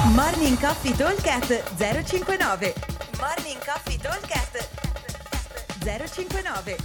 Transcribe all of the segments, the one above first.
Morning Coffee Talkcast 059. Morning Coffee Talkcast 059.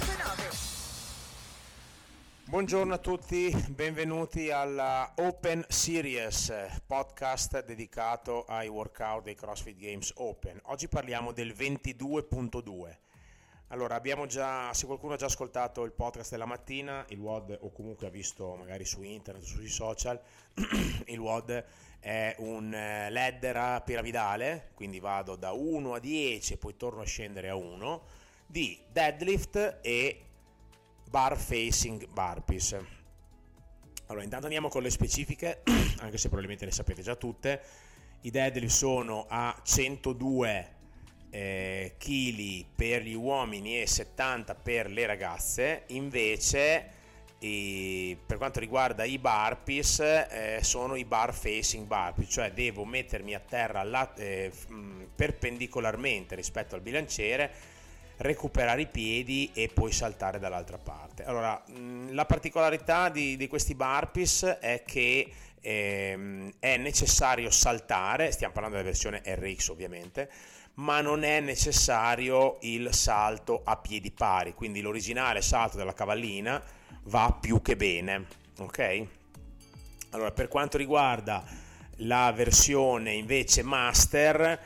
Buongiorno a tutti, benvenuti alla Open Series, podcast dedicato ai workout dei CrossFit Games Open. Oggi parliamo del 22.2. Allora, abbiamo già, se qualcuno ha già ascoltato il podcast della mattina, il WOD, o comunque ha visto magari su internet o sui social, il WOD è un ladder piramidale, quindi vado da 1 a 10 e poi torno a scendere a 1, di deadlift e bar facing burpees. Allora, intanto andiamo con le specifiche, anche se probabilmente le sapete già tutte. I deadlift sono a 102 kg per gli uomini e 70 per le ragazze. Invece per quanto riguarda i burpees sono i bar facing burpees, cioè devo mettermi a terra perpendicolarmente rispetto al bilanciere, recuperare i piedi e poi saltare dall'altra parte. Allora, la particolarità di questi burpees è che è necessario saltare, stiamo parlando della versione RX ovviamente, ma non è necessario il salto a piedi pari, quindi l'originale salto della cavallina va più che bene, ok? Allora, per quanto riguarda la versione invece master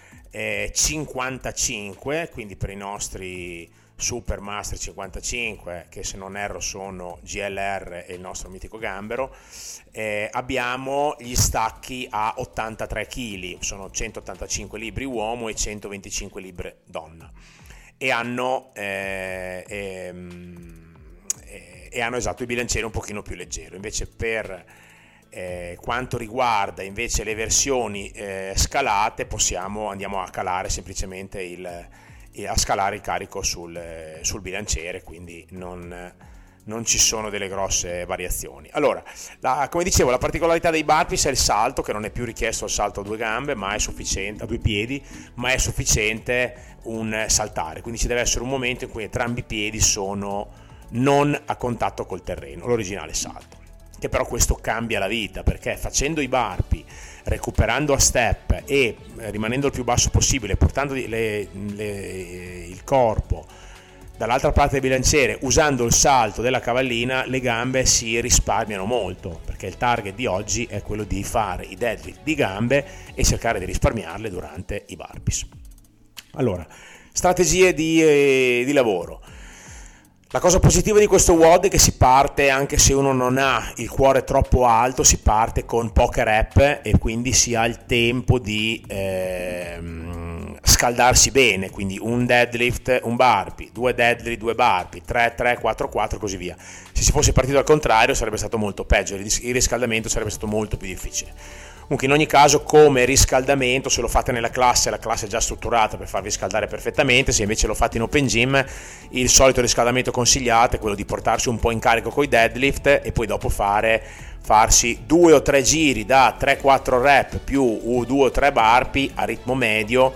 55, quindi per i nostri Super Master 55, che se non erro sono GLR e il nostro mitico Gambero, abbiamo gli stacchi a 83 kg, sono 185 libri uomo e 125 libbre donna, e hanno esatto il bilanciere un pochino più leggero. Invece per quanto riguarda invece le versioni scalate, andiamo a calare semplicemente a scalare il carico sul bilanciere, quindi non ci sono delle grosse variazioni. Allora, come dicevo, la particolarità dei burpees è il salto, che non è più richiesto il salto a due gambe, ma è sufficiente, a due piedi, ma è sufficiente un saltare, quindi ci deve essere un momento in cui entrambi i piedi sono non a contatto col terreno, l'originale salto. Che però questo cambia la vita, perché facendo i burpee, recuperando a step e rimanendo il più basso possibile, portando il corpo dall'altra parte del bilanciere, usando il salto della cavallina, le gambe si risparmiano molto, perché il target di oggi è quello di fare i deadlift di gambe e cercare di risparmiarle durante i burpees. Allora, strategie di lavoro. La cosa positiva di questo WOD è che si parte, anche se uno non ha il cuore troppo alto, si parte con poche rep e quindi si ha il tempo di scaldarsi bene, quindi un deadlift, un burpee, 2 deadlift, 2 burpee, 3, 3, 4, 4 e così via. Se si fosse partito al contrario sarebbe stato molto peggio, il riscaldamento sarebbe stato molto più difficile. Comunque in ogni caso, come riscaldamento, se lo fate nella classe, la classe è già strutturata per farvi scaldare perfettamente. Se invece lo fate in open gym, il solito riscaldamento consigliato è quello di portarsi un po' in carico con i deadlift e poi dopo farsi 2 o 3 giri da 3-4 rep più 2 o 3 burpee a ritmo medio,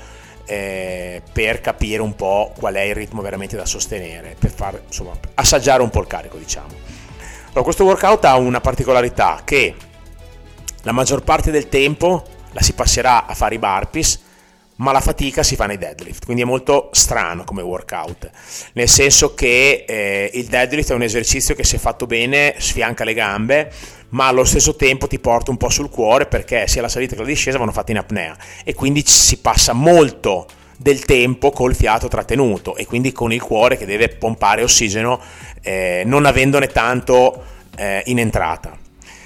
per capire un po' qual è il ritmo veramente da sostenere, per assaggiare un po' il carico, diciamo. Allora, questo workout ha una particolarità, che la maggior parte del tempo la si passerà a fare i burpees, ma la fatica si fa nei deadlift, quindi è molto strano come workout, nel senso che il deadlift è un esercizio che, se fatto bene, sfianca le gambe, ma allo stesso tempo ti porta un po' sul cuore, perché sia la salita che la discesa vanno fatte in apnea e quindi si passa molto del tempo col fiato trattenuto e quindi con il cuore che deve pompare ossigeno, non avendone tanto in entrata.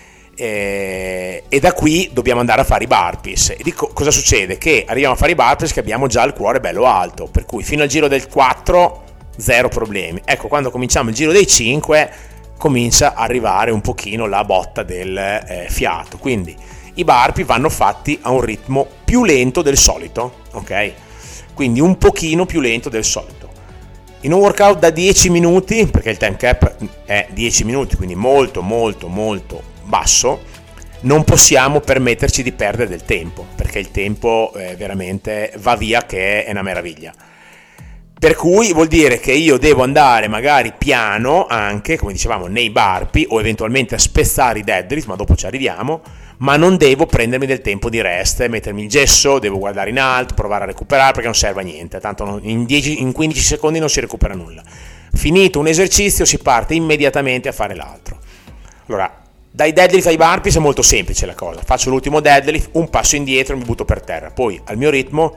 E da qui dobbiamo andare a fare i burpees. E cosa succede? Che arriviamo a fare i burpees che abbiamo già il cuore bello alto, per cui fino al giro del 4 zero problemi. Ecco, quando cominciamo il giro dei 5 comincia a arrivare un pochino la botta del fiato, quindi i burpee vanno fatti a un ritmo più lento del solito, ok? Quindi un pochino più lento del solito. In un workout da 10 minuti, perché il time cap è 10 minuti, quindi molto molto molto basso, non possiamo permetterci di perdere del tempo, perché il tempo veramente va via, che è una meraviglia. Per cui vuol dire che io devo andare magari piano anche, come dicevamo, nei burpee o eventualmente a spezzare i deadlift, ma dopo ci arriviamo, ma non devo prendermi del tempo di rest, mettermi il gesso, devo guardare in alto, provare a recuperare perché non serve a niente, tanto in 15 secondi non si recupera nulla. Finito un esercizio si parte immediatamente a fare l'altro. Allora, dai deadlift ai burpees è molto semplice la cosa, faccio l'ultimo deadlift, un passo indietro e mi butto per terra, poi al mio ritmo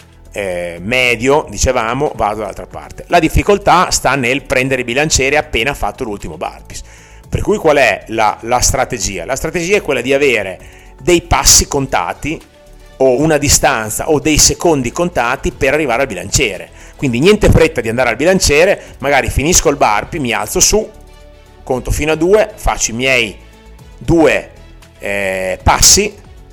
medio, dicevamo, vado dall'altra parte. La difficoltà sta nel prendere i bilancieri appena fatto l'ultimo burpees. Per cui qual è la strategia? La strategia è quella di avere dei passi contati o una distanza o dei secondi contati per arrivare al bilanciere. Quindi niente fretta di andare al bilanciere, magari finisco il burpee, mi alzo su, conto fino a 2, faccio i miei 2 passi,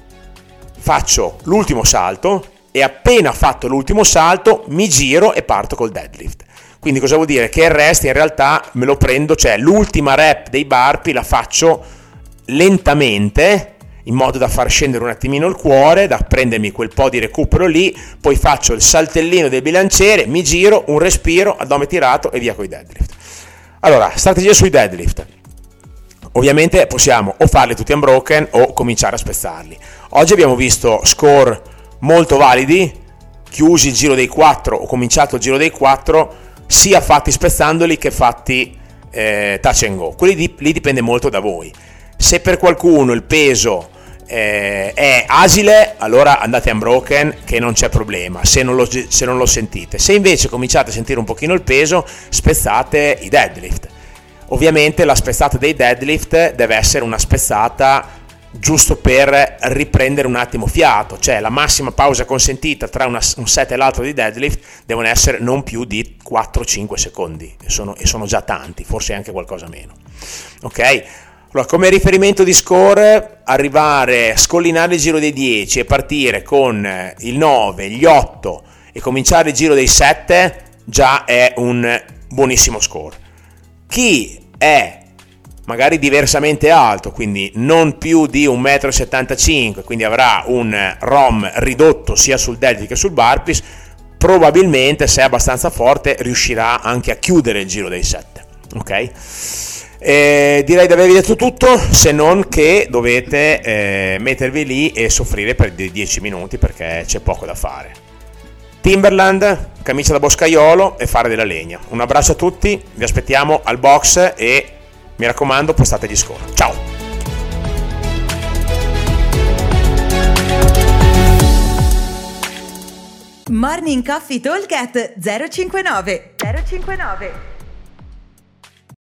faccio l'ultimo salto e appena fatto l'ultimo salto mi giro e parto col deadlift. Quindi cosa vuol dire? Che il rest in realtà me lo prendo, cioè l'ultima rep dei burpee la faccio lentamente, in modo da far scendere un attimino il cuore, da prendermi quel po' di recupero lì, poi faccio il saltellino del bilanciere, mi giro, un respiro, addome tirato e via con i deadlift. Allora, strategia sui deadlift. Ovviamente possiamo o farli tutti unbroken o cominciare a spezzarli. Oggi abbiamo visto score molto validi, chiusi il giro dei 4 o cominciato il giro dei 4, sia fatti spezzandoli che fatti touch and go. Quelli lì dipende molto da voi. Se per qualcuno il peso è agile, allora andate unbroken, che non c'è problema, se non lo sentite. Se invece cominciate a sentire un pochino il peso, spezzate i deadlift. Ovviamente la spezzata dei deadlift deve essere una spezzata giusto per riprendere un attimo fiato, cioè la massima pausa consentita tra un set e l'altro di deadlift devono essere non più di 4-5 secondi e sono già tanti, forse anche qualcosa meno. Ok? Allora, come riferimento di score, arrivare a scollinare il giro dei 10 e partire con il 9, gli 8 e cominciare il giro dei 7 già è un buonissimo score. Chi è magari diversamente alto, quindi non più di 1,75 m, quindi avrà un ROM ridotto sia sul deadlift che sul burpees, probabilmente, se è abbastanza forte, riuscirà anche a chiudere il giro dei 7. Ok? Direi di avervi detto tutto, se non che dovete mettervi lì e soffrire per 10 minuti perché c'è poco da fare. Timberland, camicia da boscaiolo e fare della legna. Un abbraccio a tutti, vi aspettiamo al box e mi raccomando, postate gli score. Ciao! Morning Coffee Talk at 059.